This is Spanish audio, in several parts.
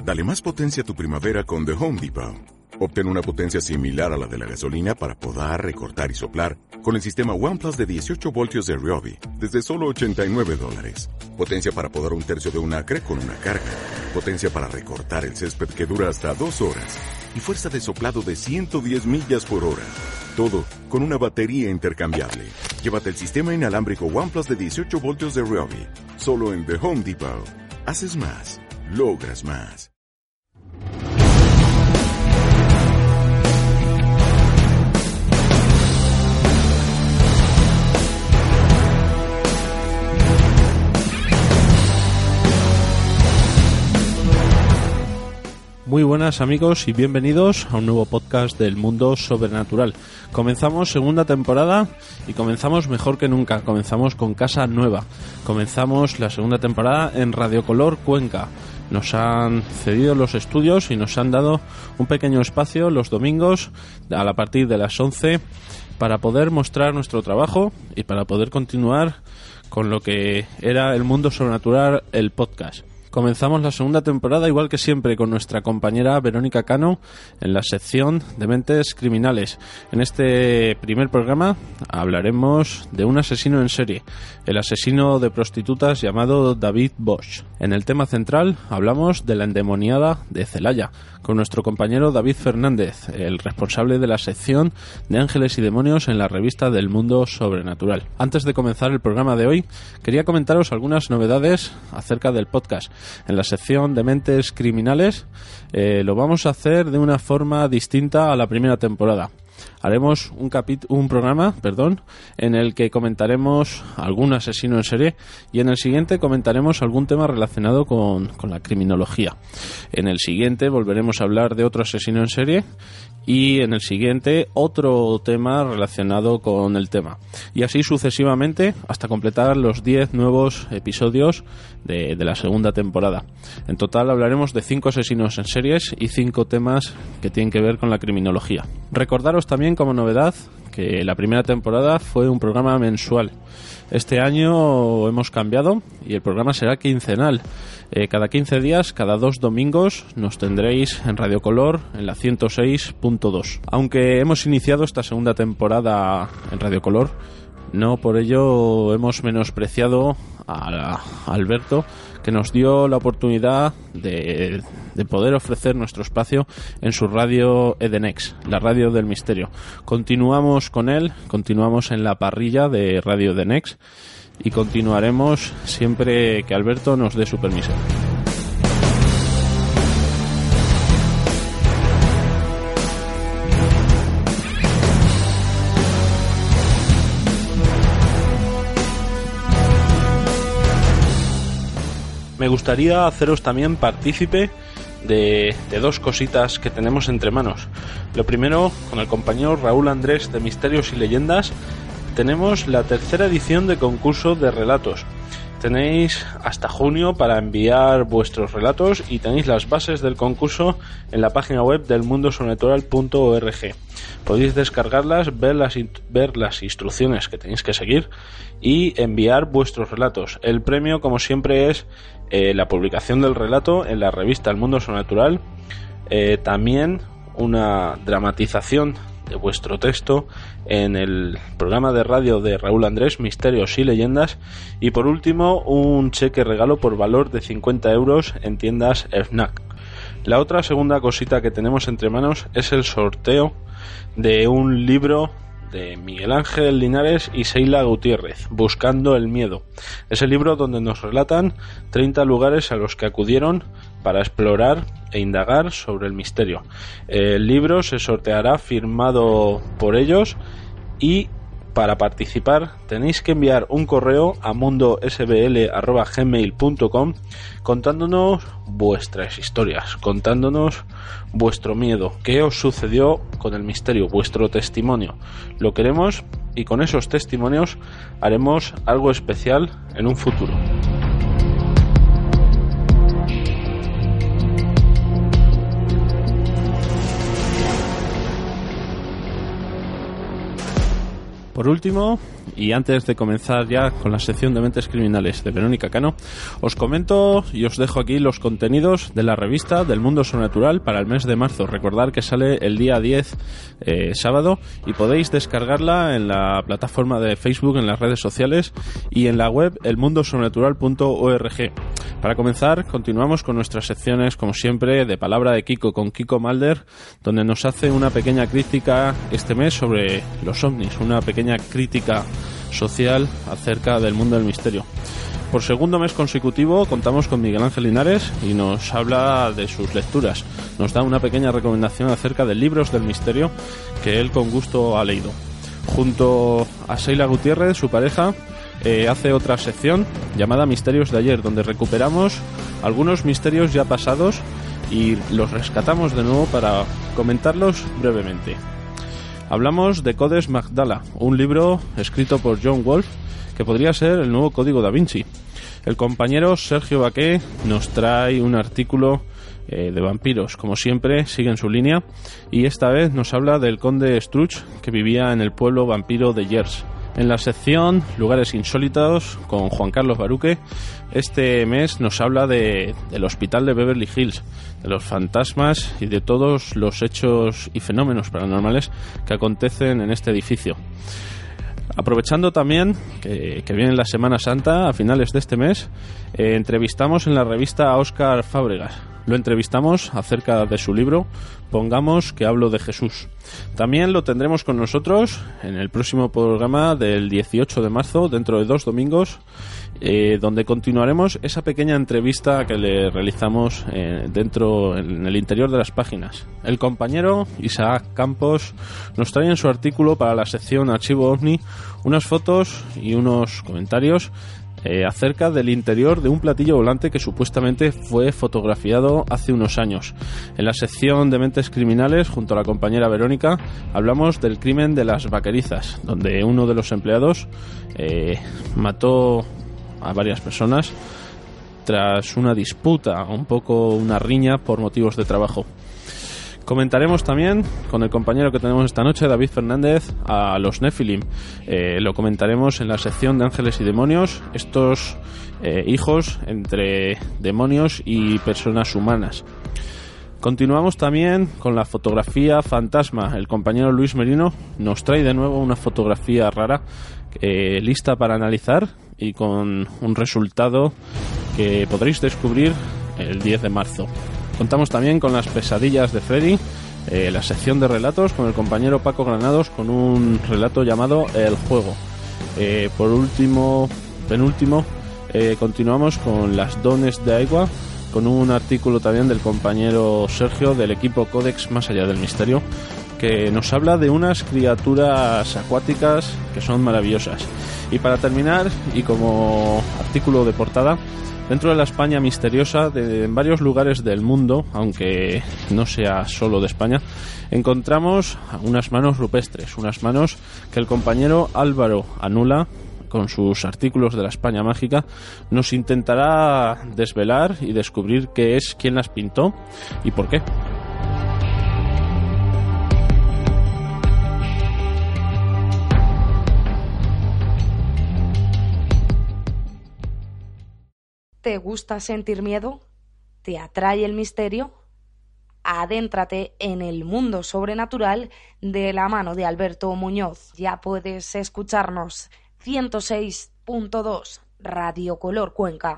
Dale más potencia a tu primavera con The Home Depot. Obtén una potencia similar a la de la gasolina para podar, recortar y soplar con el sistema OnePlus de 18 voltios de Ryobi desde solo $89. Potencia para podar un tercio de un acre con una carga. Potencia para recortar el césped que dura hasta 2 horas. Y fuerza de soplado de 110 millas por hora. Todo con una batería intercambiable. Llévate el sistema inalámbrico OnePlus de 18 voltios de Ryobi. Solo en The Home Depot. Haces más. Logras más. Muy buenas amigos y bienvenidos a un nuevo podcast del mundo sobrenatural. Comenzamos segunda temporada y comenzamos mejor que nunca. Comenzamos con casa nueva. Comenzamos la segunda temporada en Radio Color Cuenca. Nos han cedido los estudios y nos han dado un pequeño espacio los domingos a partir de las 11 para poder mostrar nuestro trabajo y para poder continuar con lo que era el mundo sobrenatural, el podcast. Comenzamos la segunda temporada igual que siempre con nuestra compañera Verónica Cano en la sección de Mentes Criminales. En este primer programa hablaremos de un asesino en serie, el asesino de prostitutas llamado David Bosch. En el tema central hablamos de la endemoniada de Celaya, con nuestro compañero David Fernández, el responsable de la sección de Ángeles y Demonios en la revista del Mundo Sobrenatural. Antes de comenzar el programa de hoy, quería comentaros algunas novedades acerca del podcast. En la sección de Mentes Criminales lo vamos a hacer de una forma distinta a la primera temporada. Haremos un programa en el que comentaremos algún asesino en serie y en el siguiente comentaremos algún tema relacionado con la criminología. En el siguiente volveremos a hablar de otro asesino en serie y en el siguiente otro tema relacionado con el tema. Y así sucesivamente hasta completar los 10 nuevos episodios de la segunda temporada. En total hablaremos de 5 asesinos en series y 5 temas que tienen que ver con la criminología. Recordaros también como novedad que la primera temporada fue un programa mensual. Este año hemos cambiado y el programa será quincenal. Cada 15 días, cada 2 domingos, nos tendréis en Radio Color en la 106.2. Aunque hemos iniciado esta segunda temporada en Radio Color, no por ello hemos menospreciado a Alberto, que nos dio la oportunidad de poder ofrecer nuestro espacio en su radio Edenex, la radio del misterio. Continuamos con él, continuamos en la parrilla de Radio Edenex y continuaremos siempre que Alberto nos dé su permiso. Me gustaría haceros también partícipe de 2 cositas que tenemos entre manos. Lo primero, con el compañero Raúl Andrés de Misterios y Leyendas, tenemos la 3ª edición de concurso de relatos. Tenéis hasta junio para enviar vuestros relatos y tenéis las bases del concurso en la página web del mundosobrenatural.org. Podéis descargarlas, ver las instrucciones que tenéis que seguir y enviar vuestros relatos. El premio, como siempre, es la publicación del relato en la revista El Mundo Sobrenatural, también una dramatización de vuestro texto en el programa de radio de Raúl Andrés, Misterios y Leyendas, y por último un cheque regalo por valor de 50 euros en tiendas FNAC. La otra segunda cosita que tenemos entre manos es el sorteo de un libro de Miguel Ángel Linares y Seila Gutiérrez, Buscando el Miedo. Es el libro donde nos relatan 30 lugares a los que acudieron para explorar e indagar sobre el misterio. El libro se sorteará firmado por ellos y para participar tenéis que enviar un correo a mundosbl@gmail.com contándonos vuestras historias, contándonos vuestro miedo, qué os sucedió con el misterio, vuestro testimonio. Lo queremos y con esos testimonios haremos algo especial en un futuro. Por último, y antes de comenzar ya con la sección de Mentes Criminales de Verónica Cano, os comento y os dejo aquí los contenidos de la revista del Mundo Sobrenatural para el mes de marzo. Recordad que sale el día 10, sábado, y podéis descargarla en la plataforma de Facebook, en las redes sociales y en la web elmundosobrenatural.org. Para comenzar, continuamos con nuestras secciones, como siempre, de Palabra de Kiko con Kiko Mulder, donde nos hace una pequeña crítica este mes sobre los ovnis, una pequeña crítica social acerca del mundo del misterio. Por segundo mes consecutivo contamos con Miguel Ángel Linares y nos habla de sus lecturas. Nos da una pequeña recomendación acerca de libros del misterio que él con gusto ha leído. Junto a Sheila Gutiérrez, su pareja, hace otra sección llamada Misterios de Ayer, donde recuperamos algunos misterios ya pasados y los rescatamos de nuevo para comentarlos brevemente. Hablamos de Codex Magdala, un libro escrito por John Wolfe que podría ser el nuevo Código Da Vinci. El compañero Sergio Baqué nos trae un artículo de vampiros, como siempre sigue en su línea, y esta vez nos habla del conde Struch, que vivía en el pueblo vampiro de Yers. En la sección Lugares Insólitos con Juan Carlos Baruque, este mes nos habla del hospital de Beverly Hills, de los fantasmas y de todos los hechos y fenómenos paranormales que acontecen en este edificio. Aprovechando también que viene la Semana Santa a finales de este mes, entrevistamos en la revista a Óscar Fábregas. Lo entrevistamos acerca de su libro Pongamos que hablo de Jesús. También lo tendremos con nosotros en el próximo programa del 18 de marzo, dentro de 2 domingos, donde continuaremos esa pequeña entrevista que le realizamos en el interior de las páginas. El compañero Isaac Campos nos trae en su artículo para la sección Archivo OVNI unas fotos y unos comentarios acerca del interior de un platillo volante que supuestamente fue fotografiado hace unos años. En la sección de Mentes Criminales, junto a la compañera Verónica, hablamos del crimen de las vaquerizas, donde uno de los empleados mató a varias personas tras una disputa, un poco una riña por motivos de trabajo. Comentaremos también con el compañero que tenemos esta noche, David Fernández, a los Nephilim. Lo comentaremos en la sección de Ángeles y Demonios, estos hijos entre demonios y personas humanas. Continuamos también con la fotografía fantasma. El compañero Luis Merino nos trae de nuevo una fotografía rara lista para analizar y con un resultado que podréis descubrir el 10 de marzo. Contamos también con las pesadillas de Freddy, la sección de relatos con el compañero Paco Granados con un relato llamado El Juego. Por último, penúltimo, continuamos con las dones de Agua, con un artículo también del compañero Sergio del equipo Codex Más Allá del Misterio, que nos habla de unas criaturas acuáticas que son maravillosas. Y para terminar, y como artículo de portada, dentro de la España misteriosa, en varios lugares del mundo, aunque no sea solo de España, encontramos unas manos rupestres, unas manos que el compañero Álvaro Anula, con sus artículos de la España mágica, nos intentará desvelar y descubrir qué es, quién las pintó y por qué. ¿Te gusta sentir miedo? ¿Te atrae el misterio? Adéntrate en el mundo sobrenatural de la mano de Alberto Muñoz. Ya puedes escucharnos 106.2 Radio Color Cuenca.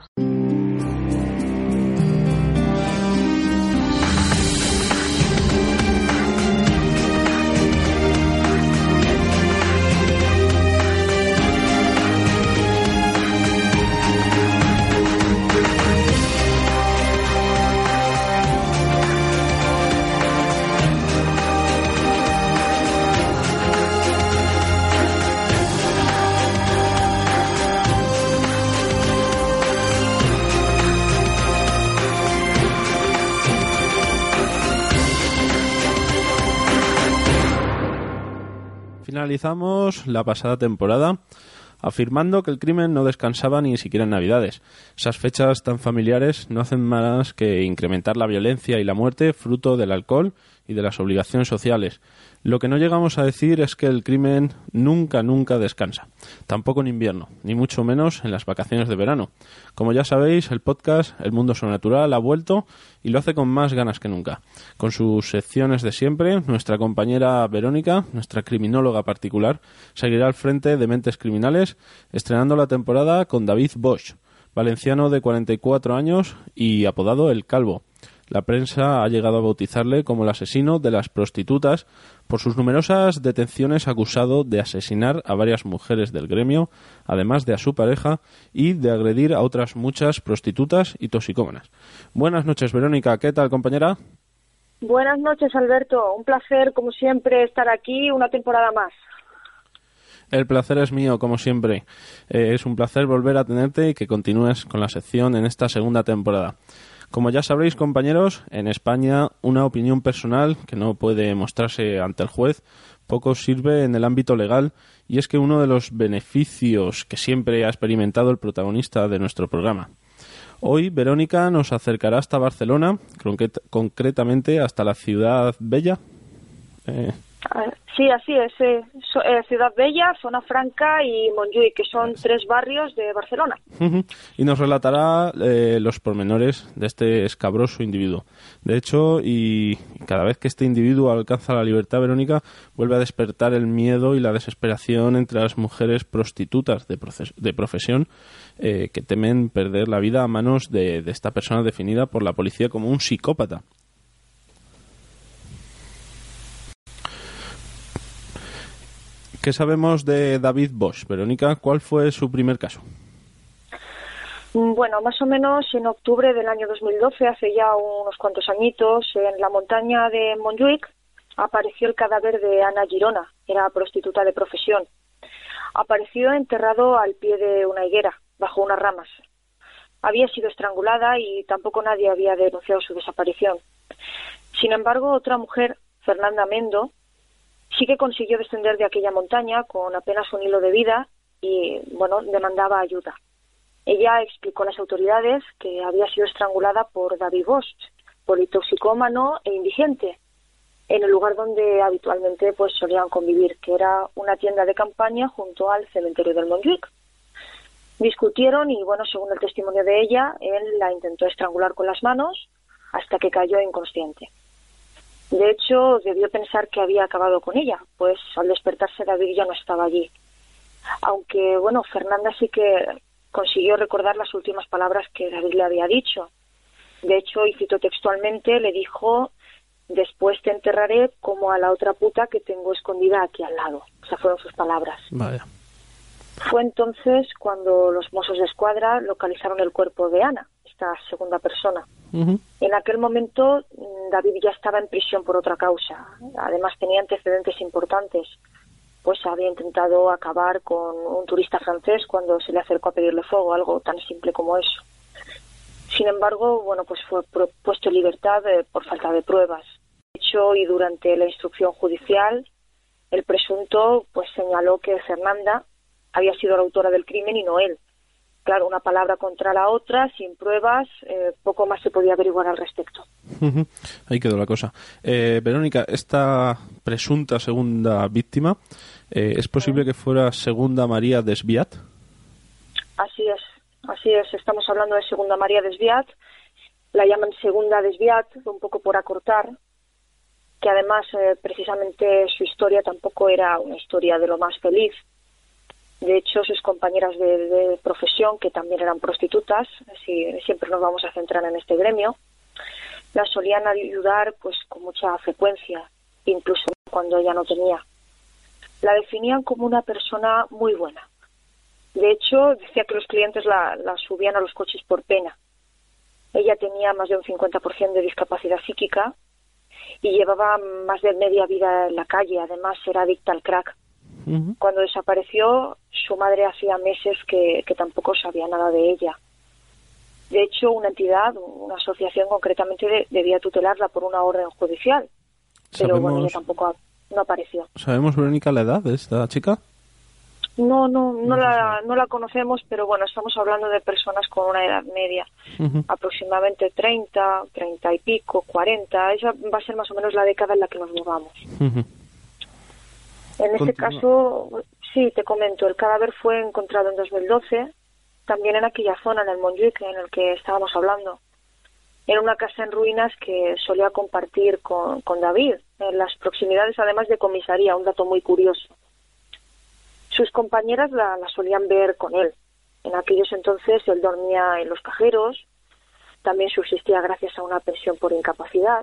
Finalizamos la pasada temporada afirmando que el crimen no descansaba ni siquiera en Navidades. Esas fechas tan familiares no hacen más que incrementar la violencia y la muerte fruto del alcohol y de las obligaciones sociales. Lo que no llegamos a decir es que el crimen nunca descansa, tampoco en invierno, ni mucho menos en las vacaciones de verano. Como ya sabéis, el podcast El Mundo Sobrenatural ha vuelto y lo hace con más ganas que nunca. Con sus secciones de siempre, nuestra compañera Verónica, nuestra criminóloga particular, seguirá al frente de Mentes Criminales, estrenando la temporada con David Bosch, valenciano de 44 años y apodado El Calvo. La prensa ha llegado a bautizarle como el asesino de las prostitutas por sus numerosas detenciones, acusado de asesinar a varias mujeres del gremio, además de a su pareja, y de agredir a otras muchas prostitutas y toxicómanas. Buenas noches, Verónica. ¿Qué tal, compañera? Buenas noches, Alberto. Un placer, como siempre, estar aquí una temporada más. El placer es mío, como siempre. Es un placer volver a tenerte y que continúes con la sección en esta segunda temporada. Como ya sabréis, compañeros, en España una opinión personal que no puede mostrarse ante el juez poco sirve en el ámbito legal, y es que uno de los beneficios que siempre ha experimentado el protagonista de nuestro programa. Hoy Verónica nos acercará hasta Barcelona, concretamente hasta la Ciudad Bella. Sí, así es. Ciudad Bella, Zona Franca y Montjuïc, que son 3 barrios de Barcelona. Y nos relatará los pormenores de este escabroso individuo. De hecho, y cada vez que este individuo alcanza la libertad, Verónica, vuelve a despertar el miedo y la desesperación entre las mujeres prostitutas de profesión que temen perder la vida a manos de esta persona definida por la policía como un psicópata. ¿Qué sabemos de David Bosch, Verónica? ¿Cuál fue su primer caso? Bueno, más o menos en octubre del año 2012, hace ya unos cuantos añitos, en la montaña de Montjuïc apareció el cadáver de Ana Girona, era prostituta de profesión. Apareció enterrado al pie de una higuera, bajo unas ramas. Había sido estrangulada y tampoco nadie había denunciado su desaparición. Sin embargo, otra mujer, Fernanda Mendo, sí que consiguió descender de aquella montaña con apenas un hilo de vida y, demandaba ayuda. Ella explicó a las autoridades que había sido estrangulada por David Bosch, politoxicómano e indigente, en el lugar donde habitualmente solían convivir, que era una tienda de campaña junto al cementerio del Montjuïc. Discutieron y, según el testimonio de ella, él la intentó estrangular con las manos hasta que cayó inconsciente. De hecho, debió pensar que había acabado con ella, pues al despertarse David ya no estaba allí. Aunque, Fernanda sí que consiguió recordar las últimas palabras que David le había dicho. De hecho, y cito textualmente, le dijo: "Después te enterraré como a la otra puta que tengo escondida aquí al lado". Esas fueron sus palabras. Vaya. Fue entonces cuando los Mossos de Escuadra localizaron el cuerpo de Ana, esta segunda persona. En aquel momento David ya estaba en prisión por otra causa. Además tenía antecedentes importantes, pues había intentado acabar con un turista francés cuando se le acercó a pedirle fuego, algo tan simple como eso. Sin embargo, fue puesto en libertad por falta de pruebas. De hecho, y durante la instrucción judicial, el presunto señaló que Fernanda había sido la autora del crimen y no él. Claro, una palabra contra la otra, sin pruebas, poco más se podía averiguar al respecto. Ahí quedó la cosa. Verónica, esta presunta segunda víctima, ¿es posible que fuera Segunda María Desviat? Así es. Estamos hablando de Segunda María Desviat. La llaman Segunda Desviat, un poco por acortar, que además precisamente su historia tampoco era una historia de lo más feliz. De hecho, sus compañeras de profesión, que también eran prostitutas, siempre nos vamos a centrar en este gremio, las solían ayudar con mucha frecuencia, incluso cuando ella no tenía. La definían como una persona muy buena. De hecho, decía que los clientes la subían a los coches por pena. Ella tenía más de un 50% de discapacidad psíquica y llevaba más de media vida en la calle. Además, era adicta al crack. Cuando desapareció, su madre hacía meses que tampoco sabía nada de ella. De hecho, una entidad, una asociación concretamente, debía tutelarla por una orden judicial. Pero ella tampoco no apareció. ¿Sabemos, Verónica, la edad de esta chica? No la conocemos, pero bueno, estamos hablando de personas con una edad media, aproximadamente 30 y pico, 40. Esa va a ser más o menos la década en la que nos movamos. En este caso, sí, te comento, el cadáver fue encontrado en 2012, también en aquella zona, en el Montjuic, en el que estábamos hablando, en una casa en ruinas que solía compartir con David, en las proximidades además de comisaría, un dato muy curioso. Sus compañeras la solían ver con él. En aquellos entonces él dormía en los cajeros, también subsistía gracias a una pensión por incapacidad.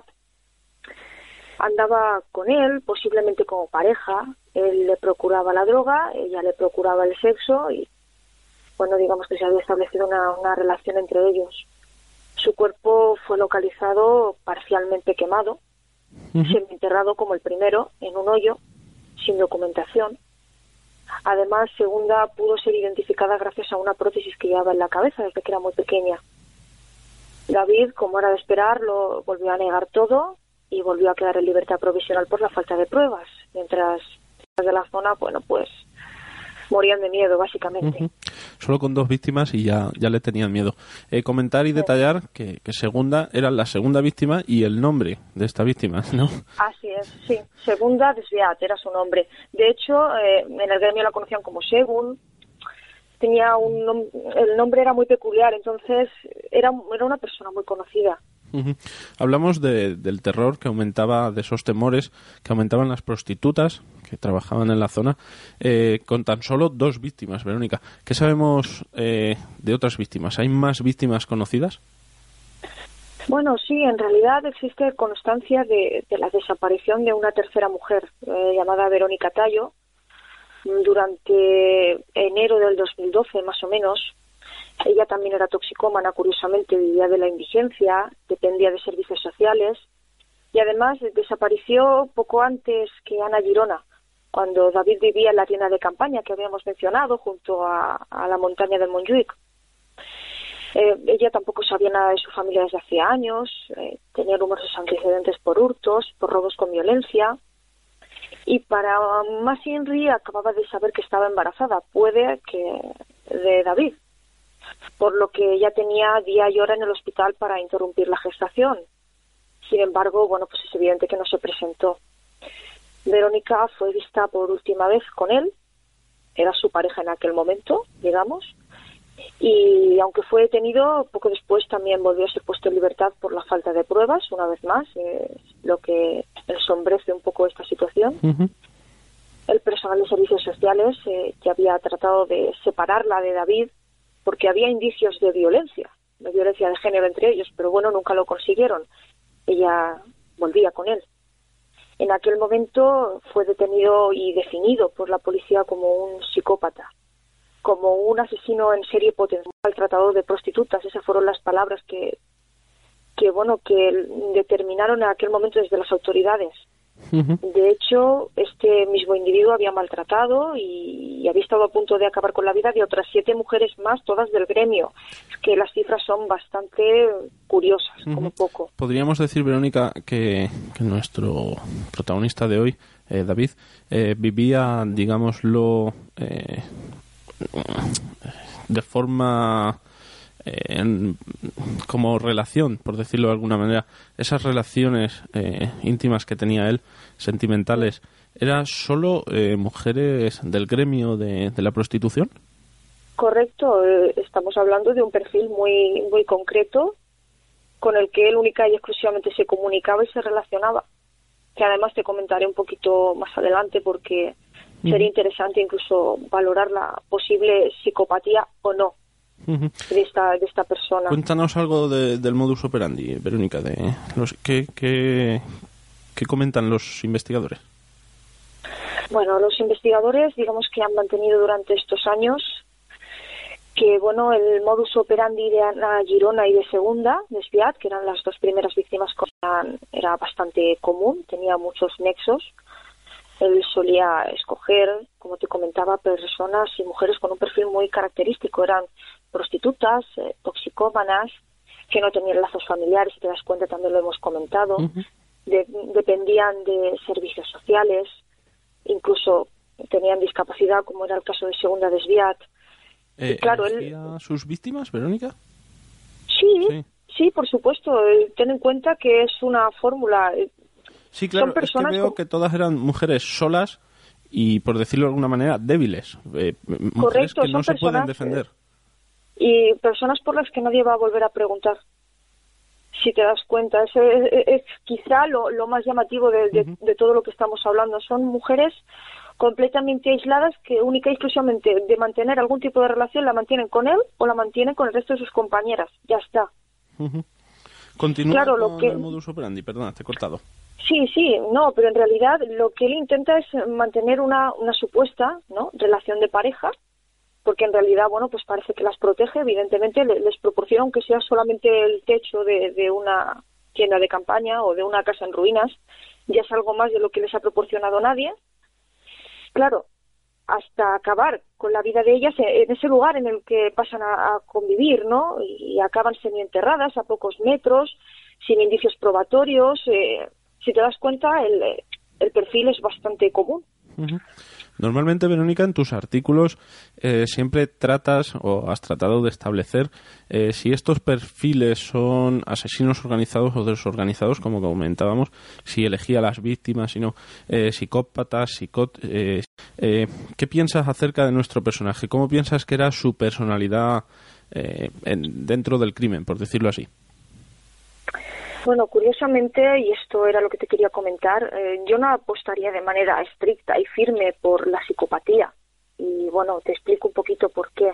Andaba con él, posiblemente como pareja. Él le procuraba la droga, ella le procuraba el sexo y, bueno, digamos que se había establecido una relación entre ellos. Su cuerpo fue localizado parcialmente quemado, semienterrado como el primero, en un hoyo, sin documentación. Además, Segunda pudo ser identificada gracias a una prótesis que llevaba en la cabeza desde que era muy pequeña. David, como era de esperar, lo volvió a negar todo y volvió a quedar en libertad provisional por la falta de pruebas, mientras de la zona, bueno, pues morían de miedo, básicamente. Solo con 2 víctimas y ya le tenían miedo. Comentar y detallar que Segunda era la segunda víctima y el nombre de esta víctima, ¿no? Así es, sí. Segunda Desviat era su nombre. De hecho, en el gremio la conocían como Segun. Tenía el nombre era muy peculiar, entonces era una persona muy conocida. Hablamos del terror que aumentaba, de esos temores que aumentaban las prostitutas que trabajaban en la zona, con tan solo 2 víctimas, Verónica. ¿Qué sabemos de otras víctimas? ¿Hay más víctimas conocidas? Bueno, sí, en realidad existe constancia de la desaparición de una tercera mujer llamada Verónica Tallo durante enero del 2012, más o menos. Ella también era toxicómana, curiosamente, vivía de la indigencia, dependía de servicios sociales y además desapareció poco antes que Ana Girona, cuando David vivía en la tienda de campaña que habíamos mencionado junto a la montaña del Montjuic. Ella tampoco sabía nada de su familia desde hacía años, tenía numerosos antecedentes por hurtos, por robos con violencia y para más Inri acababa de saber que estaba embarazada, puede que de David, por lo que ella tenía día y hora en el hospital para interrumpir la gestación. Sin embargo, bueno, pues es evidente que no se presentó. Verónica fue vista por última vez con él, era su pareja en aquel momento, digamos, y aunque fue detenido, poco después también volvió a ser puesto en libertad por la falta de pruebas, una vez más, lo que ensombrece un poco esta situación. El personal de servicios sociales ya había tratado de separarla de David porque había indicios de violencia de género entre ellos, pero bueno, nunca lo consiguieron. Ella volvía con él. En aquel momento fue detenido y definido por la policía como un psicópata, como un asesino en serie potencial tratador de prostitutas. Esas fueron las palabras que determinaron en aquel momento desde las autoridades. De hecho, este mismo individuo había maltratado y había estado a punto de acabar con la vida de otras 7 mujeres más, todas del gremio. Es que las cifras son bastante curiosas, como poco. Podríamos decir, Verónica, que nuestro protagonista de hoy, David, vivía, digámoslo, de forma... como relación, por decirlo de alguna manera, esas relaciones íntimas que tenía él, sentimentales, ¿eran solo mujeres del gremio de la prostitución? Correcto, estamos hablando de un perfil muy, muy concreto con el que él única y exclusivamente se comunicaba y se relacionaba, que además te comentaré un poquito más adelante porque sería interesante incluso valorar la posible psicopatía o no de esta persona. Cuéntanos algo del modus operandi, Verónica, ¿qué comentan los investigadores? Bueno, los investigadores, digamos que han mantenido durante estos años que, bueno, el modus operandi de Ana Girona y de Segunda Desviat, que eran las 2 primeras víctimas, era bastante común, tenía muchos nexos. Él solía escoger, como te comentaba, personas y mujeres con un perfil muy característico. Eran prostitutas, toxicómanas, que no tenían lazos familiares, si te das cuenta también lo hemos comentado. Dependían de servicios sociales, incluso tenían discapacidad, como era el caso de Segunda Desviat. Claro, ¿elegía sus víctimas, Verónica? Sí, por supuesto. Ten en cuenta que es una fórmula. Sí, claro, es que veo que todas eran mujeres solas y, por decirlo de alguna manera, débiles. Mujeres que no se pueden defender. Y personas por las que nadie va a volver a preguntar. Si te das cuenta, es quizá lo más llamativo de todo lo que estamos hablando. Son mujeres completamente aisladas que única y exclusivamente de mantener algún tipo de relación la mantienen con él o la mantienen con el resto de sus compañeras. Ya está. Continúa con el modus operandi. Perdona, te he cortado. Sí, no, pero en realidad lo que él intenta es mantener una supuesta, ¿no?, relación de pareja, porque en realidad, bueno, pues parece que las protege, evidentemente les proporciona, aunque sea solamente el techo de una tienda de campaña o de una casa en ruinas, ya es algo más de lo que les ha proporcionado nadie. Claro, hasta acabar con la vida de ellas en ese lugar en el que pasan a convivir, ¿no? Y acaban semienterradas a pocos metros, sin indicios probatorios. Si te das cuenta, el perfil es bastante común. Normalmente, Verónica, en tus artículos siempre tratas o has tratado de establecer si estos perfiles son asesinos organizados o desorganizados, como comentábamos, si elegía a las víctimas, si no, psicópatas, ¿qué piensas acerca de nuestro personaje? ¿Cómo piensas que era su personalidad dentro del crimen, por decirlo así? Bueno, curiosamente, y esto era lo que te quería comentar, yo no apostaría de manera estricta y firme por la psicopatía. Y bueno, te explico un poquito por qué.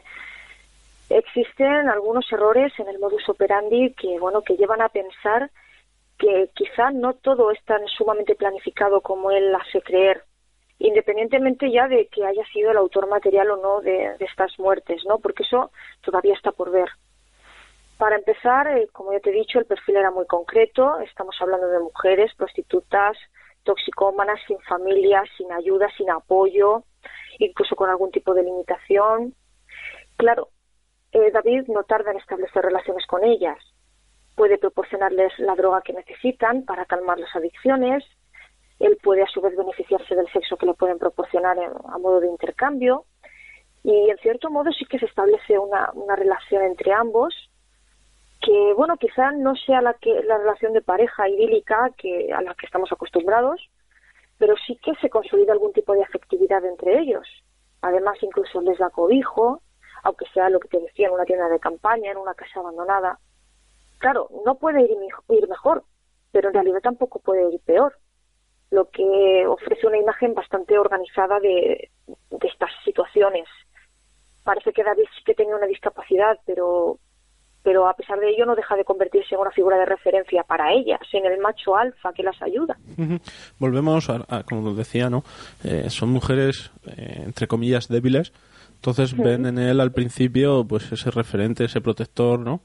Existen algunos errores en el modus operandi que llevan a pensar que quizá no todo es tan sumamente planificado como él hace creer, independientemente ya de que haya sido el autor material o no de estas muertes, ¿no? Porque eso todavía está por ver. Para empezar, como ya te he dicho, el perfil era muy concreto. Estamos hablando de mujeres, prostitutas, toxicómanas, sin familia, sin ayuda, sin apoyo, incluso con algún tipo de limitación. Claro, David no tarda en establecer relaciones con ellas. Puede proporcionarles la droga que necesitan para calmar las adicciones. Él puede, a su vez, beneficiarse del sexo que le pueden proporcionar a modo de intercambio. Y, en cierto modo, sí que se establece una relación entre ambos, que, bueno, quizá no sea la relación de pareja idílica a la que estamos acostumbrados, pero sí que se consolida algún tipo de afectividad entre ellos. Además, incluso les da cobijo, aunque sea lo que te decía, en una tienda de campaña, en una casa abandonada. Claro, no puede ir mejor, pero en realidad tampoco puede ir peor, lo que ofrece una imagen bastante organizada de estas situaciones. Parece que David sí que tenía una discapacidad, pero a pesar de ello no deja de convertirse en una figura de referencia para ellas, en el macho alfa que las ayuda. Volvemos a como decía, ¿no? Son mujeres, entre comillas, débiles, entonces ven en él al principio pues ese referente, ese protector, ¿no?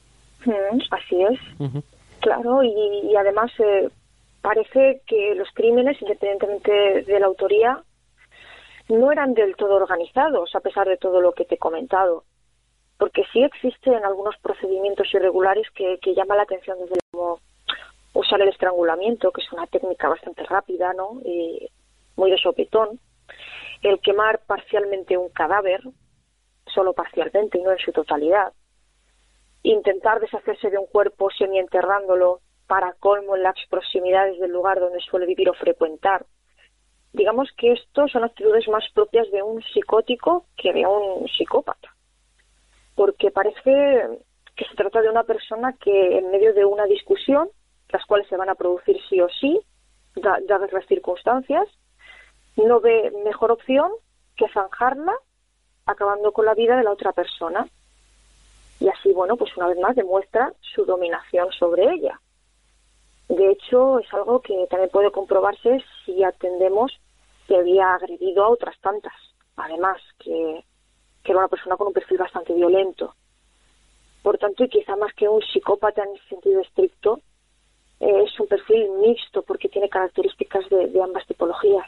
Así es. Claro, y además parece que los crímenes, independientemente de la autoría, no eran del todo organizados, a pesar de todo lo que te he comentado. Porque sí existen algunos procedimientos irregulares que llaman la atención, desde como usar el estrangulamiento, que es una técnica bastante rápida, ¿no? Y muy de sopetón. El quemar parcialmente un cadáver, solo parcialmente y no en su totalidad. Intentar deshacerse de un cuerpo semienterrándolo, para colmo en las proximidades del lugar donde suele vivir o frecuentar. Digamos que estos son actitudes más propias de un psicótico que de un psicópata. Porque parece que se trata de una persona que, en medio de una discusión, las cuales se van a producir sí o sí, dadas las circunstancias, no ve mejor opción que zanjarla, acabando con la vida de la otra persona. Y así, bueno, pues una vez más demuestra su dominación sobre ella. De hecho, es algo que también puede comprobarse si atendemos que había agredido a otras tantas. Además, que era una persona con un perfil bastante violento. Por tanto, y quizá más que un psicópata en ese sentido estricto, es un perfil mixto porque tiene características de ambas tipologías.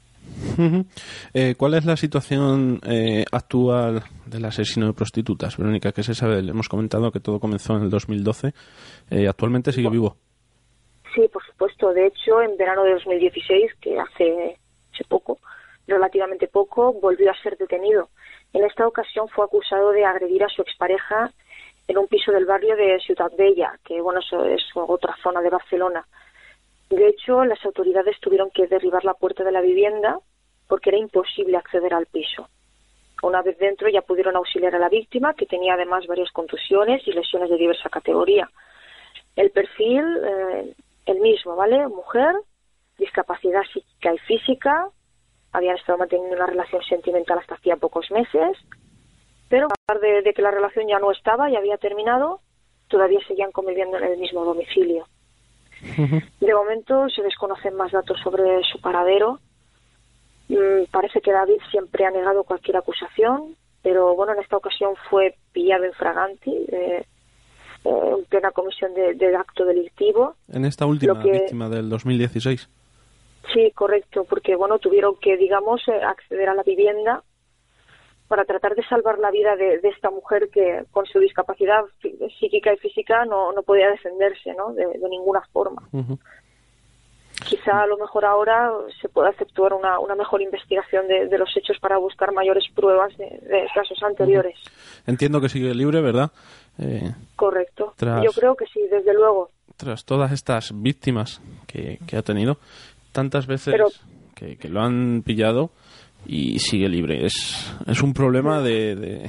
¿Cuál es la situación actual del asesino de prostitutas, Verónica? ¿Qué se sabe? Hemos comentado que todo comenzó en el 2012. ¿Actualmente sigue vivo? Sí, por supuesto. De hecho, en verano de 2016, que hace poco, relativamente poco, volvió a ser detenido. En esta ocasión fue acusado de agredir a su expareja en un piso del barrio de Ciutat Vella, que eso es otra zona de Barcelona. De hecho, las autoridades tuvieron que derribar la puerta de la vivienda porque era imposible acceder al piso. Una vez dentro ya pudieron auxiliar a la víctima, que tenía además varias contusiones y lesiones de diversa categoría. El perfil, el mismo, ¿vale? Mujer, discapacidad psíquica y física, habían estado manteniendo una relación sentimental hasta hacía pocos meses, pero a pesar de que la relación ya no estaba, ya había terminado, todavía seguían conviviendo en el mismo domicilio. De momento se desconocen más datos sobre su paradero. Parece que David siempre ha negado cualquier acusación, pero bueno, en esta ocasión fue pillado en fraganti, en plena comisión de acto delictivo. En esta última víctima del 2016. Sí, correcto, porque bueno, tuvieron que, acceder a la vivienda para tratar de salvar la vida de esta mujer que con su discapacidad psíquica y física no podía defenderse, ¿no? De ninguna forma. Quizá a lo mejor ahora se pueda efectuar una mejor investigación de los hechos para buscar mayores pruebas de casos anteriores. Entiendo que sigue libre, ¿verdad? Correcto. Yo creo que sí, desde luego. Tras todas estas víctimas que ha tenido, tantas veces que lo han pillado y sigue libre. Es un problema de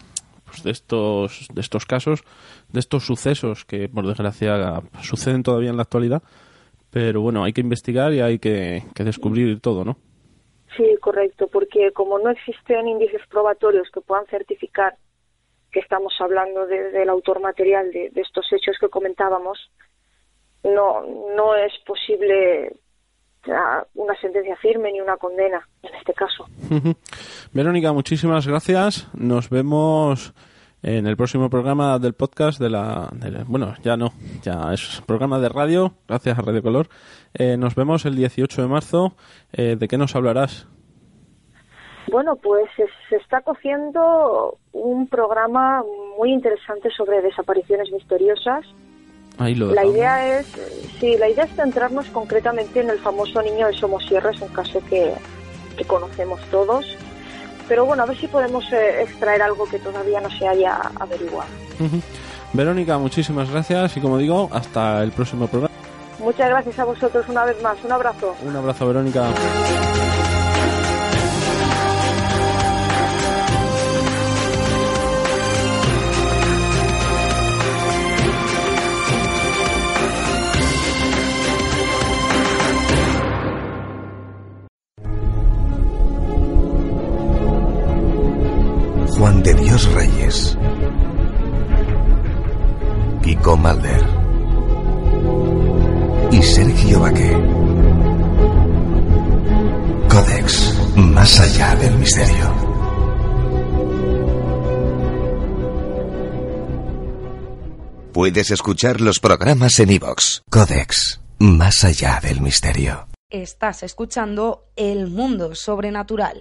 estos casos, de estos sucesos que por desgracia suceden todavía en la actualidad, pero bueno, hay que investigar y hay que descubrir todo, ¿no? Sí, correcto, porque como no existen indicios probatorios que puedan certificar que estamos hablando del autor material de estos hechos que comentábamos, no es posible una sentencia firme ni una condena en este caso. Verónica, muchísimas gracias. Nos vemos en el próximo programa del podcast ya es programa de radio, gracias a Radio Color. Nos vemos el 18 de marzo. ¿De qué nos hablarás? Bueno, pues se está cociendo un programa muy interesante sobre desapariciones misteriosas. La idea es centrarnos concretamente en el famoso niño de Somosierra, es un caso que conocemos todos, pero bueno, a ver si podemos extraer algo que todavía no se haya averiguado. Verónica, muchísimas gracias y como digo, hasta el próximo programa. Muchas gracias a vosotros una vez más, un abrazo. Un abrazo, Verónica. Juan de Dios Reyes, Kiko Mulder y Sergio Baqué. Codex, más allá del misterio. Puedes escuchar los programas en iVoox. Codex, más allá del misterio. Estás escuchando El Mundo Sobrenatural.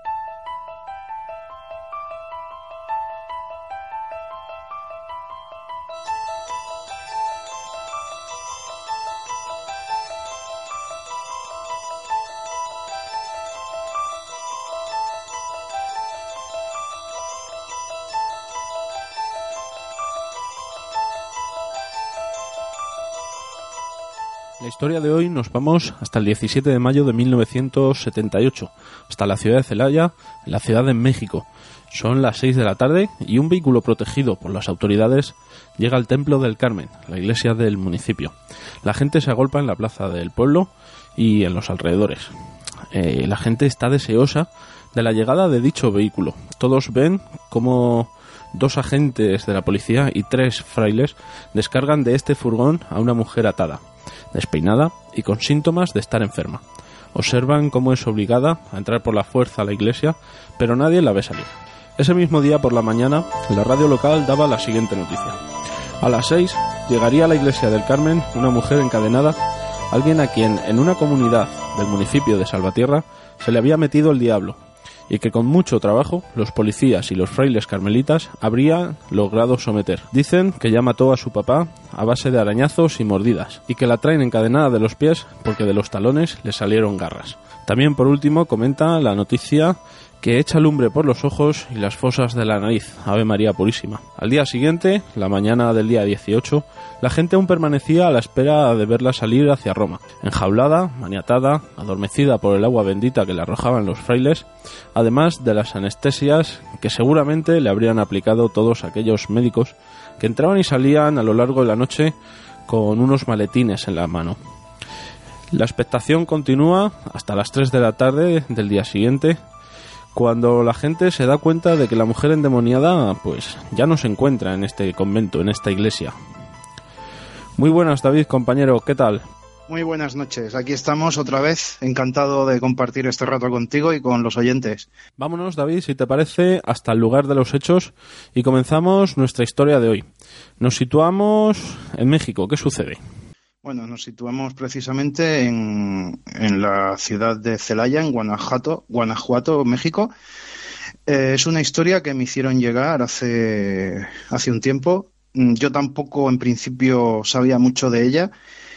La historia de hoy nos vamos hasta el 17 de mayo de 1978, hasta la ciudad de Celaya, en la Ciudad de México. Son las 6 de la tarde y un vehículo protegido por las autoridades llega al Templo del Carmen, la iglesia del municipio. La gente se agolpa en la plaza del pueblo y en los alrededores. La gente está deseosa de la llegada de dicho vehículo. Todos ven cómo 2 agentes de la policía y 3 frailes descargan de este furgón a una mujer atada, despeinada y con síntomas de estar enferma. Observan cómo es obligada a entrar por la fuerza a la iglesia, pero nadie la ve salir. Ese mismo día por la mañana, la radio local daba la siguiente noticia. A las 6 llegaría a la iglesia del Carmen una mujer encadenada, alguien a quien en una comunidad del municipio de Salvatierra se le había metido el diablo, y que con mucho trabajo los policías y los frailes carmelitas habrían logrado someter. Dicen que ya mató a su papá a base de arañazos y mordidas, y que la traen encadenada de los pies porque de los talones le salieron garras. También, por último, comenta la noticia que echa lumbre por los ojos y las fosas de la nariz. Ave María Purísima. Al día siguiente, la mañana del día 18, la gente aún permanecía a la espera de verla salir hacia Roma, enjaulada, maniatada, adormecida por el agua bendita que le arrojaban los frailes, además de las anestesias que seguramente le habrían aplicado todos aquellos médicos que entraban y salían a lo largo de la noche con unos maletines en la mano. La expectación continúa hasta las 3 de la tarde del día siguiente, cuando la gente se da cuenta de que la mujer endemoniada pues ya no se encuentra en este convento, en esta iglesia. Muy buenas, David, compañero, ¿qué tal? Muy buenas noches, aquí estamos otra vez, encantado de compartir este rato contigo y con los oyentes. Vámonos, David, si te parece, hasta el lugar de los hechos y comenzamos nuestra historia de hoy. Nos situamos en México, ¿qué sucede? Bueno, nos situamos precisamente en la ciudad de Celaya, en Guanajuato, México. Es una historia que me hicieron llegar hace un tiempo. Yo tampoco en principio sabía mucho de ella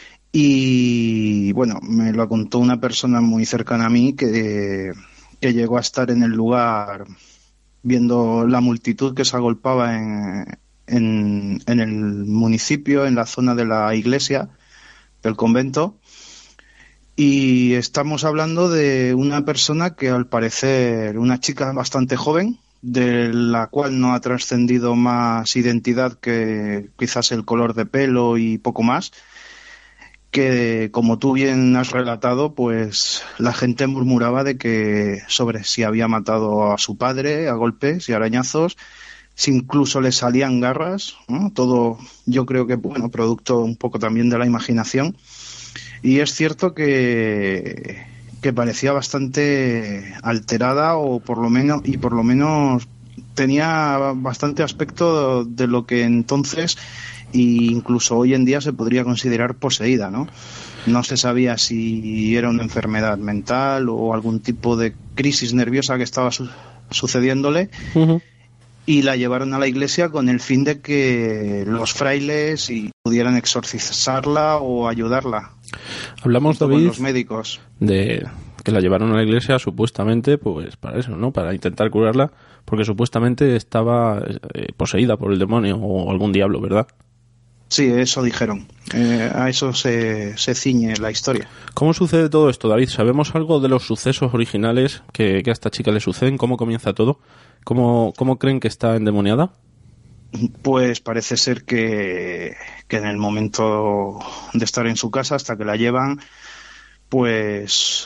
y bueno, me lo contó una persona muy cercana a mí que llegó a estar en el lugar viendo la multitud que se agolpaba en el municipio, en la zona de la iglesia del convento, y estamos hablando de una persona que al parecer, una chica bastante joven, de la cual no ha trascendido más identidad que quizás el color de pelo y poco más, que como tú bien has relatado, pues la gente murmuraba de que sobre si había matado a su padre a golpes y arañazos, si incluso le salían garras, ¿no? Todo, yo creo que, bueno, producto un poco también de la imaginación. Y es cierto que parecía bastante alterada o por lo menos tenía bastante aspecto de lo que entonces e incluso hoy en día se podría considerar poseída, ¿no? No se sabía si era una enfermedad mental o algún tipo de crisis nerviosa que estaba sucediéndole. Uh-huh. Y la llevaron a la iglesia con el fin de que los frailes pudieran exorcizarla o ayudarla. Hablamos, David, con los médicos, de que la llevaron a la iglesia supuestamente pues para eso, ¿no? Para intentar curarla, porque supuestamente estaba poseída por el demonio o algún diablo, ¿verdad? Sí, eso dijeron. A eso se ciñe la historia. ¿Cómo sucede todo esto, David? ¿Sabemos algo de los sucesos originales que a esta chica le suceden? ¿Cómo comienza todo? ¿Cómo creen que está endemoniada? Pues parece ser que en el momento de estar en su casa, hasta que la llevan, pues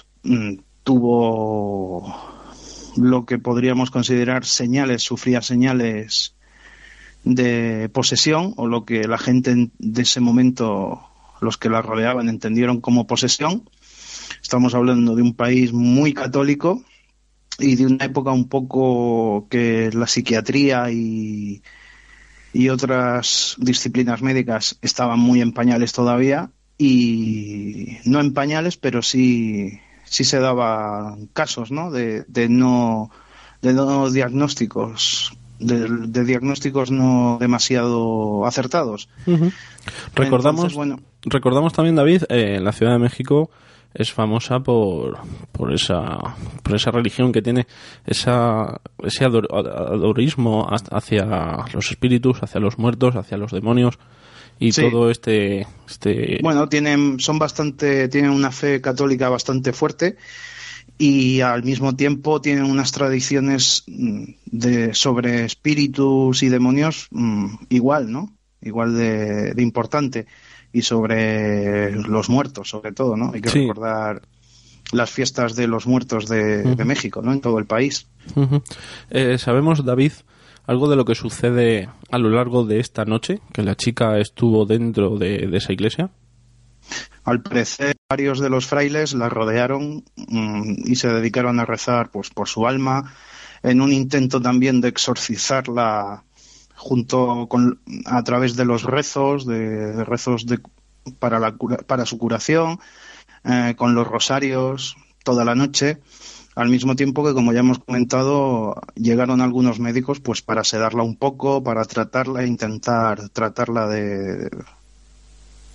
tuvo lo que podríamos considerar sufría señales de posesión, o lo que la gente de ese momento, los que la rodeaban, entendieron como posesión. Estamos hablando de un país muy católico y de una época un poco que la psiquiatría y otras disciplinas médicas estaban muy en pañales todavía, y no en pañales, pero sí se daban casos, ¿no? de no diagnósticos, de diagnósticos no demasiado acertados. Uh-huh. Recordamos también, David, la Ciudad de México es famosa por esa religión que tiene ese adorismo hacia los espíritus, hacia los muertos, hacia los demonios y sí. Todo Bueno, tienen una fe católica bastante fuerte y al mismo tiempo tienen unas tradiciones sobre espíritus y demonios igual, ¿no? Igual de importante. Y sobre los muertos, sobre todo, ¿no? Hay que recordar las fiestas de los muertos de México, ¿no? En todo el país. Uh-huh. ¿Sabemos, David, algo de lo que sucede a lo largo de esta noche, que la chica estuvo dentro de esa iglesia? Al parecer, varios de los frailes la rodearon y se dedicaron a rezar pues por su alma, en un intento también de exorcizarla a través de los rezos, para su curación, con los rosarios toda la noche, al mismo tiempo que, como ya hemos comentado, llegaron algunos médicos pues para sedarla un poco, para tratarla e intentar tratarla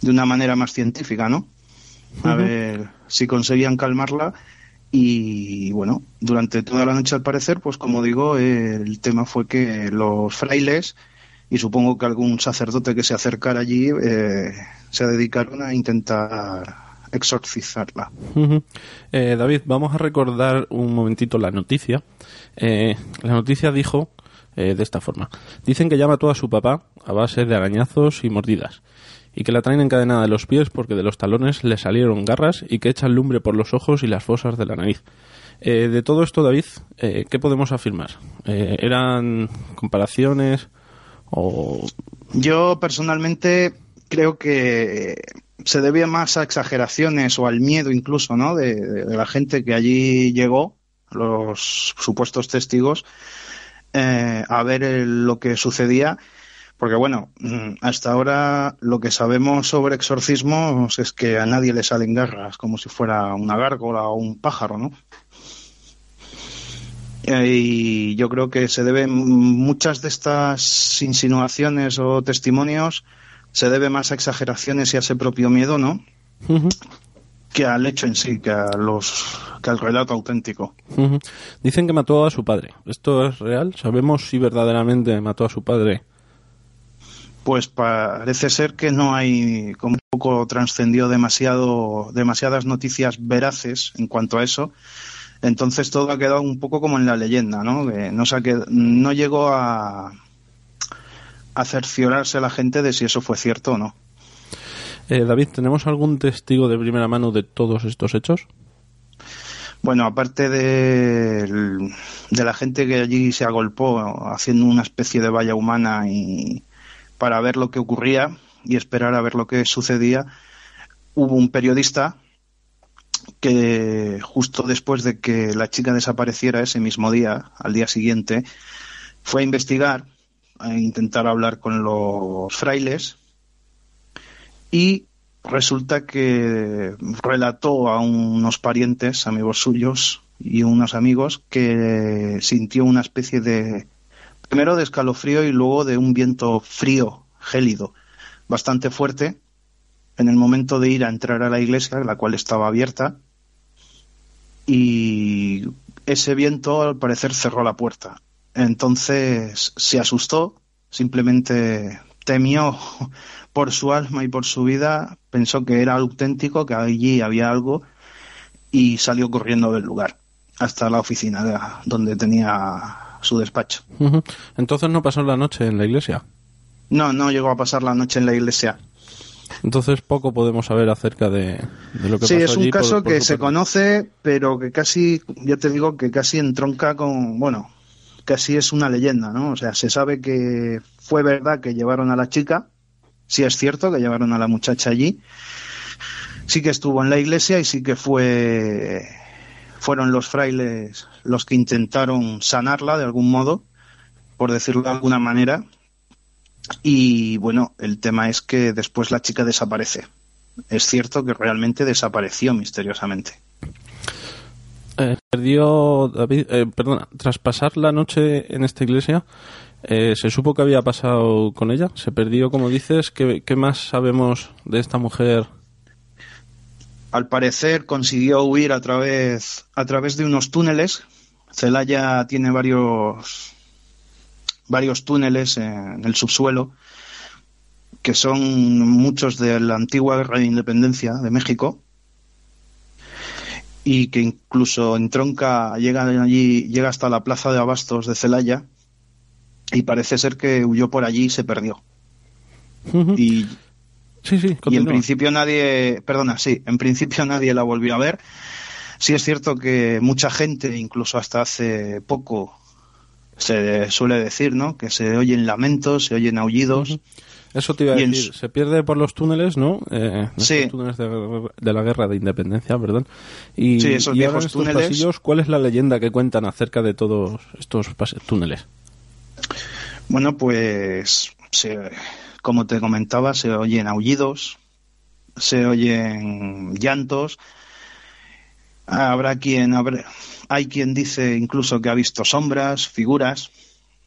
de una manera más científica, ¿no? A ver si conseguían calmarla. Y bueno, durante toda la noche, al parecer, pues como digo, el tema fue que los frailes, y supongo que algún sacerdote que se acercara allí, se dedicaron a intentar exorcizarla. David, vamos a recordar un momentito la noticia. La noticia dijo de esta forma: dicen que ya mató a su papá a base de arañazos y mordidas, y que la traen encadenada de los pies porque de los talones le salieron garras y que echan lumbre por los ojos y las fosas de la nariz. De todo esto, David, ¿qué podemos afirmar? ¿Eran comparaciones o...? Yo personalmente creo que se debía más a exageraciones o al miedo incluso, ¿no?, de la gente que allí llegó, los supuestos testigos, a ver lo que sucedía. Porque bueno, hasta ahora lo que sabemos sobre exorcismos es que a nadie le salen garras, como si fuera una gárgola o un pájaro, ¿no? Y yo creo que se deben, muchas de estas insinuaciones o testimonios, se debe más a exageraciones y a ese propio miedo, ¿no? Que al hecho en sí, que al relato auténtico. Dicen que mató a su padre. ¿Esto es real? ¿Sabemos si verdaderamente mató a su padre? Pues parece ser que no hay, como un poco trascendió demasiadas noticias veraces en cuanto a eso. Entonces todo ha quedado un poco como en la leyenda, ¿no? Que no llegó a cerciorarse la gente de si eso fue cierto o no. David, ¿tenemos algún testigo de primera mano de todos estos hechos? Bueno, aparte de la gente que allí se agolpó haciendo una especie de valla humana y para ver lo que ocurría y esperar a ver lo que sucedía, hubo un periodista que justo después de que la chica desapareciera ese mismo día, al día siguiente, fue a investigar, a intentar hablar con los frailes, y resulta que relató a unos parientes, amigos suyos y unos amigos, que sintió una especie de, primero de escalofrío y luego de un viento frío, gélido, bastante fuerte, en el momento de ir a entrar a la iglesia, la cual estaba abierta, y ese viento al parecer cerró la puerta. Entonces se asustó, simplemente temió por su alma y por su vida, pensó que era auténtico, que allí había algo, y salió corriendo del lugar hasta la oficina donde tenía su despacho. Entonces no pasó la noche en la iglesia. No llegó a pasar la noche en la iglesia. Entonces poco podemos saber acerca de lo que pasó allí. Sí, es un caso que se conoce, pero que casi, ya te digo, que casi entronca con, bueno, casi es una leyenda, ¿no? O sea, se sabe que fue verdad que llevaron a la chica, sí es cierto que llevaron a la muchacha allí, sí que estuvo en la iglesia y sí que fueron los frailes los que intentaron sanarla de algún modo, por decirlo de alguna manera. Y bueno, el tema es que después la chica desaparece. Es cierto que realmente desapareció misteriosamente. Tras pasar la noche en esta iglesia, ¿se supo qué había pasado con ella? ¿Se perdió, como dices? ¿Qué más sabemos de esta mujer? Al parecer consiguió huir a través de unos túneles. Celaya tiene varios túneles en el subsuelo, que son muchos de la antigua Guerra de Independencia de México, y que incluso entronca, llega hasta la plaza de Abastos de Celaya, y parece ser que huyó por allí y se perdió. Y en principio nadie la volvió a ver. Sí es cierto que mucha gente, incluso hasta hace poco, se suele decir, ¿no?, que se oyen lamentos, se oyen aullidos. Eso te iba a decir, se pierde por los túneles, ¿no? Sí. Los túneles de la Guerra de Independencia, perdón. Y, sí, esos viejos túneles. Pasillos, ¿cuál es la leyenda que cuentan acerca de todos estos túneles? Bueno, pues, como te comentaba, se oyen aullidos, se oyen llantos. Hay quien dice incluso que ha visto sombras, figuras.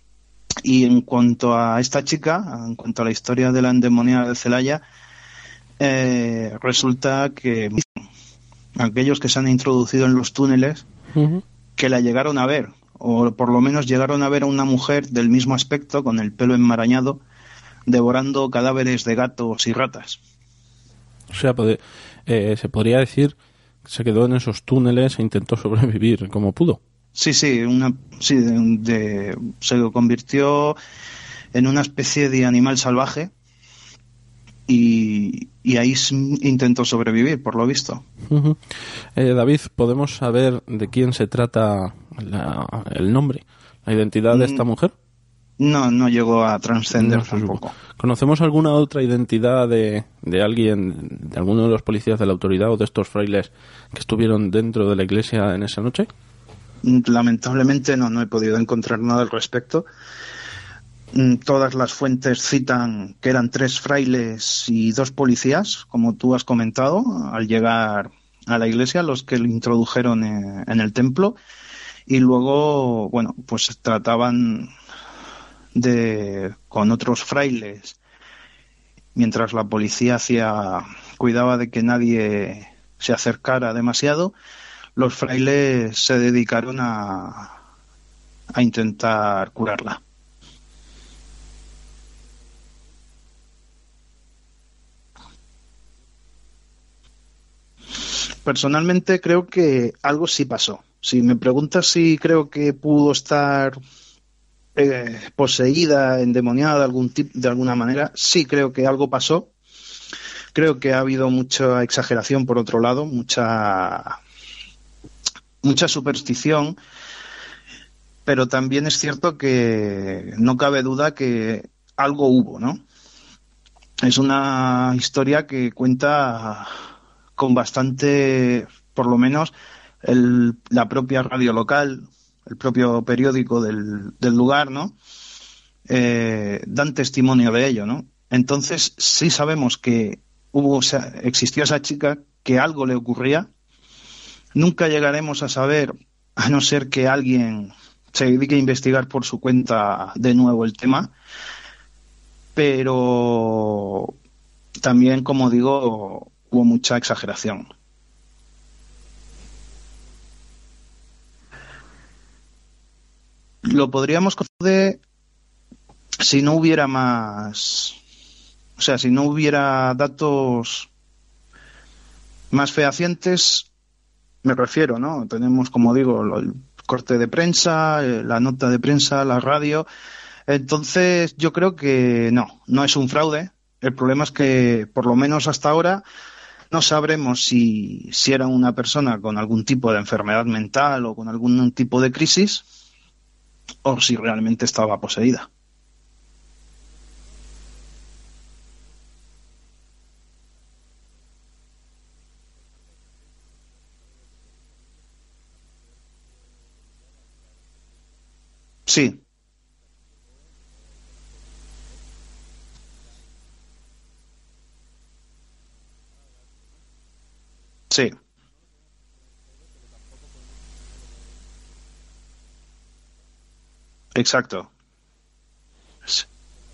Y en cuanto a esta chica, en cuanto a la historia de la endemoniada de Celaya, resulta que aquellos que se han introducido en los túneles, que la llegaron a ver, o por lo menos llegaron a ver a una mujer del mismo aspecto, con el pelo enmarañado, devorando cadáveres de gatos y ratas. O sea, se podría decir que se quedó en esos túneles e intentó sobrevivir como pudo. Sí, se convirtió en una especie de animal salvaje y ahí intentó sobrevivir, por lo visto. David, ¿podemos saber de quién se trata el nombre, la identidad de esta mujer? No llegó a trascender tampoco. ¿Conocemos alguna otra identidad de alguien, de alguno de los policías de la autoridad o de estos frailes que estuvieron dentro de la iglesia en esa noche? Lamentablemente no he podido encontrar nada al respecto. Todas las fuentes citan que eran 3 frailes y 2 policías, como tú has comentado, al llegar a la iglesia, los que lo introdujeron en el templo, y luego, bueno, pues trataban con otros frailes, mientras la policía cuidaba de que nadie se acercara demasiado. Los frailes se dedicaron a intentar curarla. Personalmente creo que algo sí pasó. Si me preguntas si creo que pudo estar poseída, endemoniada de alguna manera, sí creo que algo pasó. Creo que ha habido mucha exageración por otro lado, mucha superstición, pero también es cierto que no cabe duda que algo hubo, ¿no? Es una historia que cuenta con bastante, por lo menos, la propia radio local, el propio periódico del lugar, ¿no? Dan testimonio de ello, ¿no? Entonces sí sabemos que existió esa chica, que algo le ocurría. Nunca llegaremos a saber, a no ser que alguien se dedique a investigar por su cuenta de nuevo el tema, pero también, como digo, hubo mucha exageración. Lo podríamos conocer si no hubiera más, o sea, si no hubiera datos más fehacientes, me refiero, ¿no? Tenemos, como digo, el corte de prensa, la nota de prensa, la radio. Entonces, yo creo que no es un fraude. El problema es que, por lo menos hasta ahora, no sabremos si era una persona con algún tipo de enfermedad mental o con algún tipo de crisis, o si realmente estaba poseída. Sí. Sí. Exacto. Sí.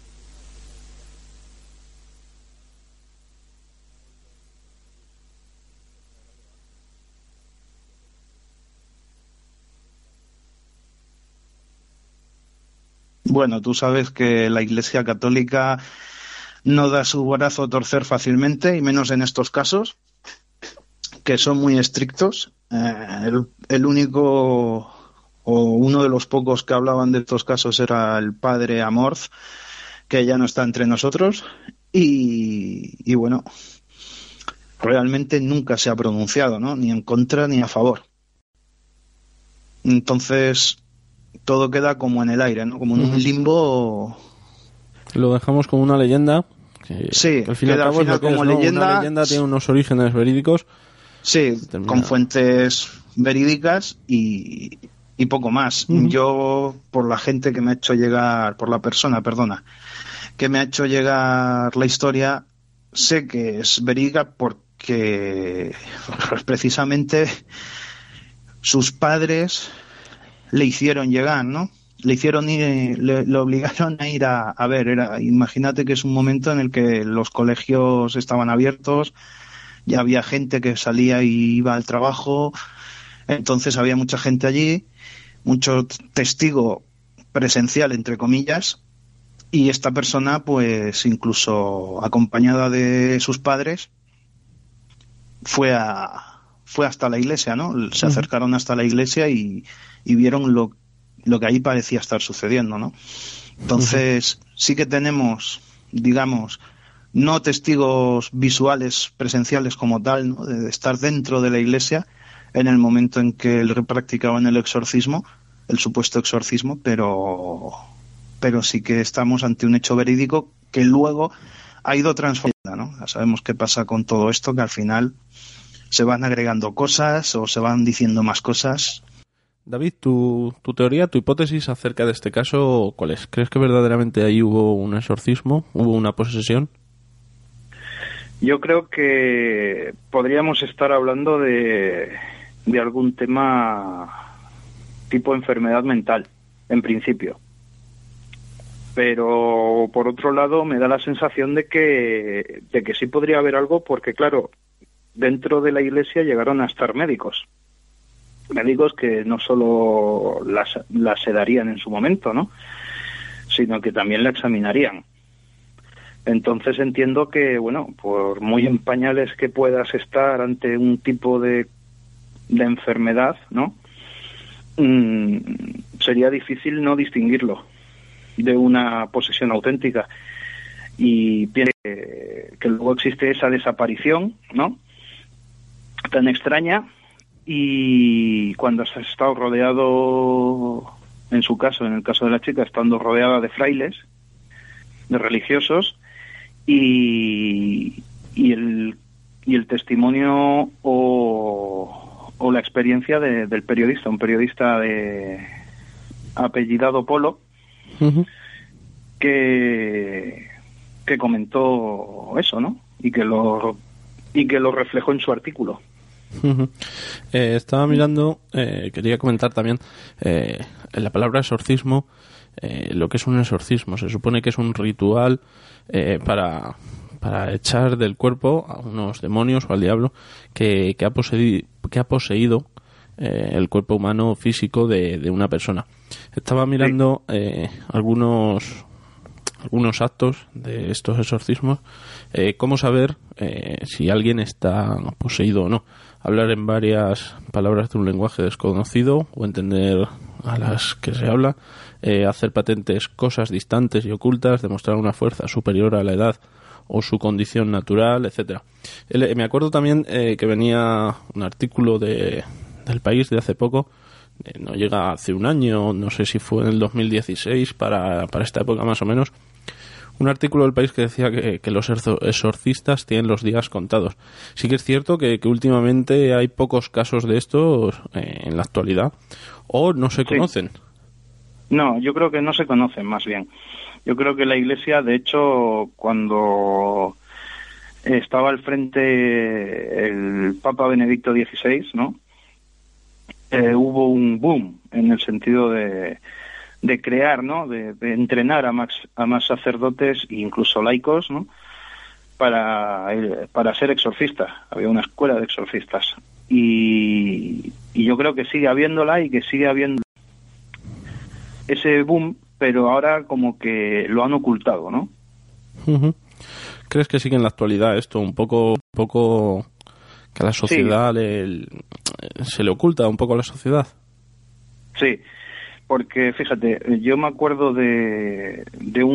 Bueno, tú sabes que la Iglesia Católica no da su brazo a torcer fácilmente, y menos en estos casos, que son muy estrictos. El único o uno de los pocos que hablaban de estos casos era el padre Amorth, que ya no está entre nosotros, y bueno, realmente nunca se ha pronunciado, ¿no? Ni en contra ni a favor. Entonces todo queda como en el aire, ¿no? Como en un limbo. Lo dejamos como una leyenda. Sí, al final como leyenda. Una leyenda tiene unos orígenes verídicos. Sí, con fuentes verídicas y poco más. Yo, por la gente que me ha hecho llegar, por la persona, perdona, que me ha hecho llegar la historia, sé que es verídica porque precisamente sus padres le hicieron llegar, ¿no? le obligaron a ir a ver. Imagínate que es un momento en el que los colegios estaban abiertos, ya había gente que salía y iba al trabajo, entonces había mucha gente allí, mucho testigo presencial, entre comillas, y esta persona, pues incluso acompañada de sus padres, fue hasta la iglesia, ¿no? Se acercaron hasta la iglesia y vieron lo que ahí parecía estar sucediendo, ¿no? Entonces, sí que tenemos, digamos, no testigos visuales, presenciales como tal, ¿no? De estar dentro de la iglesia en el momento en que él practicaban el exorcismo, el supuesto exorcismo, pero sí que estamos ante un hecho verídico que luego ha ido transformando, ¿no? Ya sabemos qué pasa con todo esto, que al final se van agregando cosas o se van diciendo más cosas. David, tu teoría, tu hipótesis acerca de este caso, ¿cuál es? ¿Crees que verdaderamente ahí hubo un exorcismo? ¿Hubo una posesión? Yo creo que podríamos estar hablando de algún tema tipo enfermedad mental, en principio. Pero por otro lado me da la sensación de que sí podría haber algo, porque claro, dentro de la iglesia llegaron a estar médicos que no solo la sedarían en su momento, ¿no?, sino que también la examinarían. Entonces entiendo que, bueno, por muy en pañales que puedas estar ante un tipo de enfermedad, ¿no?, sería difícil no distinguirlo de una posesión auténtica. Y pienso que luego existe esa desaparición, ¿no?, tan extraña, y cuando has estado rodeado, en su caso, en el caso de la chica, estando rodeada de frailes, de religiosos, y el testimonio o la experiencia del periodista, un periodista de apellidado Polo, que comentó eso, ¿no?, y que lo reflejó en su artículo. Estaba mirando, quería comentar también en la palabra exorcismo, lo que es un exorcismo. Se supone que es un ritual para echar del cuerpo a unos demonios o al diablo que ha poseído el cuerpo humano físico de una persona. Estaba mirando algunos actos de estos exorcismos, cómo saber si alguien está poseído o no. Hablar en varias palabras de un lenguaje desconocido o entender a las que se habla, hacer patentes cosas distantes y ocultas, demostrar una fuerza superior a la edad o su condición natural, etcétera. Me acuerdo también que venía un artículo del País de hace poco, no llega hace un año, no sé si fue en el 2016, para esta época más o menos, un artículo del País que decía que los exorcistas tienen los días contados. Sí que es cierto que últimamente hay pocos casos de estos en la actualidad, o no se conocen. No, yo creo que no se conocen, más bien. Yo creo que la Iglesia, de hecho, cuando estaba al frente el Papa Benedicto XVI, ¿no?, hubo un boom en el sentido de crear, ¿no?, de entrenar a más sacerdotes e incluso laicos, ¿no?, para ser exorcistas. Había una escuela de exorcistas y yo creo que sigue habiéndola y que sigue habiendo ese boom, pero ahora como que lo han ocultado, ¿no? ¿Crees que sigue en la actualidad esto un poco que a la sociedad se le oculta un poco a la sociedad? Sí. Porque, fíjate, yo me acuerdo de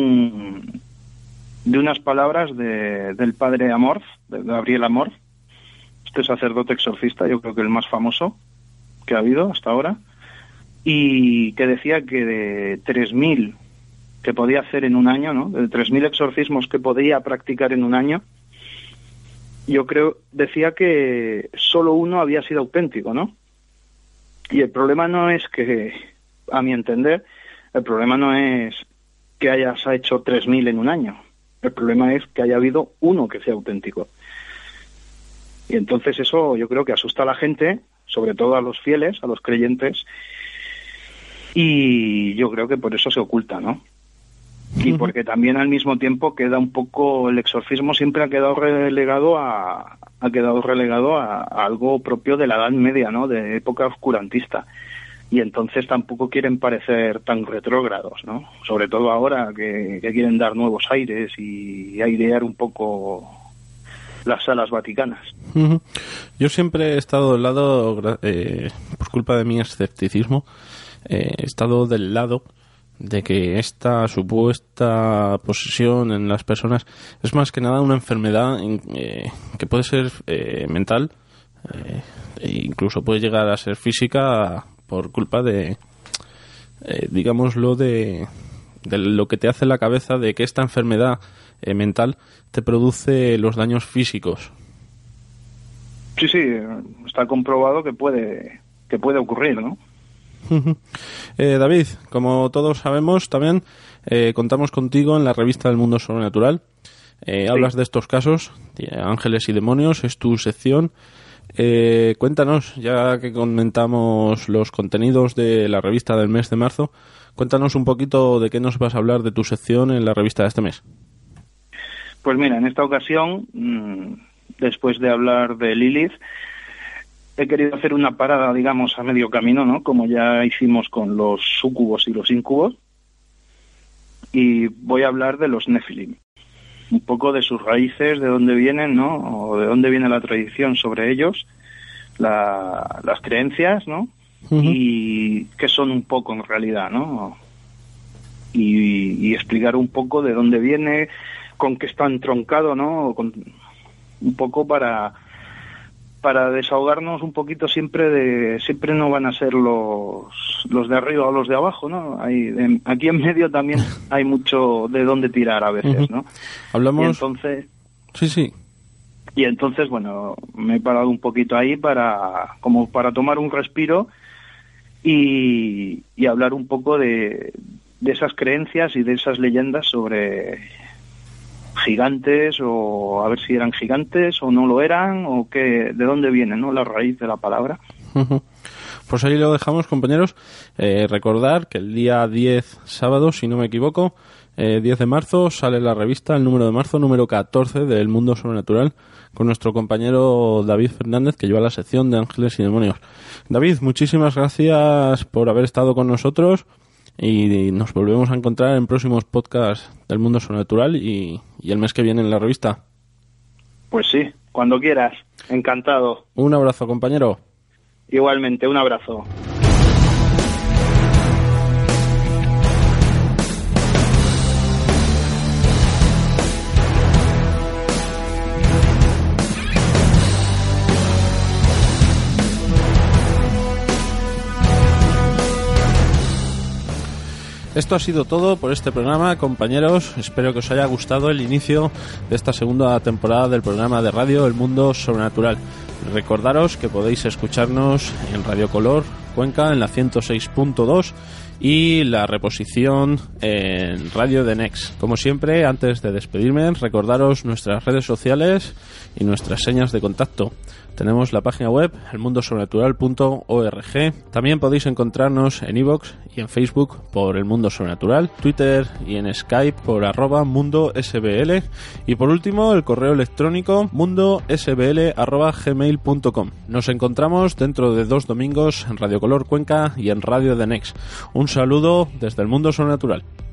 unas palabras del padre Amorth, de Gabriel Amorth, este sacerdote exorcista, yo creo que el más famoso que ha habido hasta ahora, y que decía que de 3.000 que podía hacer en un año, ¿no?, de 3.000 exorcismos que podía practicar en un año, decía que solo uno había sido auténtico, ¿no? Y el problema no es que, a mi entender, el problema no es que hayas hecho 3.000 en un año. El problema es que haya habido uno que sea auténtico. Y entonces eso yo creo que asusta a la gente, sobre todo a los fieles, a los creyentes, y yo creo que por eso se oculta, ¿no? Y porque también al mismo tiempo queda un poco, el exorcismo siempre ha quedado relegado a algo propio de la Edad Media, ¿no? De época oscurantista. Y entonces tampoco quieren parecer tan retrógrados, ¿no? Sobre todo ahora que quieren dar nuevos aires y airear un poco las salas vaticanas. Yo siempre he estado del lado, por culpa de mi escepticismo, he estado del lado de que esta supuesta posesión en las personas es más que nada una enfermedad que puede ser mental e incluso puede llegar a ser física por culpa de digámoslo de lo que te hace la cabeza, de que esta enfermedad mental te produce los daños físicos. Sí, está comprobado que puede ocurrir, ¿no? David, como todos sabemos, también contamos contigo en la revista del Mundo Sobrenatural. Sí. Hablas de estos casos, de ángeles y demonios, es tu sección. Cuéntanos, ya que comentamos los contenidos de la revista del mes de marzo, cuéntanos un poquito de qué nos vas a hablar de tu sección en la revista de este mes. Pues mira, en esta ocasión, después de hablar de Lilith, he querido hacer una parada, digamos, a medio camino, ¿no? Como ya hicimos con los súcubos y los íncubos. Y voy a hablar de los Nefilim. Un poco de sus raíces, de dónde vienen, ¿no? O de dónde viene la tradición sobre ellos, las creencias, ¿no? Y qué son un poco en realidad, ¿no? Y explicar un poco de dónde viene, con qué está entroncado, ¿no? Un poco para desahogarnos un poquito. Siempre no van a ser los de arriba o los de abajo, ¿no? Aquí en medio también hay mucho de dónde tirar a veces, ¿no? Hablamos... Y entonces... Sí. Y entonces, bueno, me he parado un poquito ahí para tomar un respiro y hablar un poco de esas creencias y de esas leyendas sobre gigantes, o a ver si eran gigantes o no lo eran, o de dónde viene, ¿no? La raíz de la palabra. Pues ahí lo dejamos, compañeros. Recordar que el día 10, sábado, si no me equivoco, 10 de marzo, sale la revista, el número de marzo, número 14 del Mundo Sobrenatural, con nuestro compañero David Fernández, que lleva la sección de Ángeles y Demonios. David, muchísimas gracias por haber estado con nosotros y nos volvemos a encontrar en próximos podcasts del Mundo Sobrenatural y el mes que viene en la revista. Pues sí, cuando quieras. Encantado. Un abrazo, compañero. Igualmente, un abrazo. Esto ha sido todo por este programa, compañeros. Espero que os haya gustado el inicio de esta segunda temporada del programa de radio El Mundo Sobrenatural. Recordaros que podéis escucharnos en Radio Color Cuenca en la 106.2 y la reposición en Radio The Next. Como siempre, antes de despedirme, recordaros nuestras redes sociales y nuestras señas de contacto. Tenemos la página web elmundosobrenatural.org. También podéis encontrarnos en iVoox y en Facebook por El Mundo Sobrenatural, Twitter y en Skype por @mundosbl. Y por último, el correo electrónico mundosbl@gmail.com. Nos encontramos dentro de 2 domingos en Radio Color Cuenca y en Radio The Next. Un saludo desde El Mundo Sobrenatural.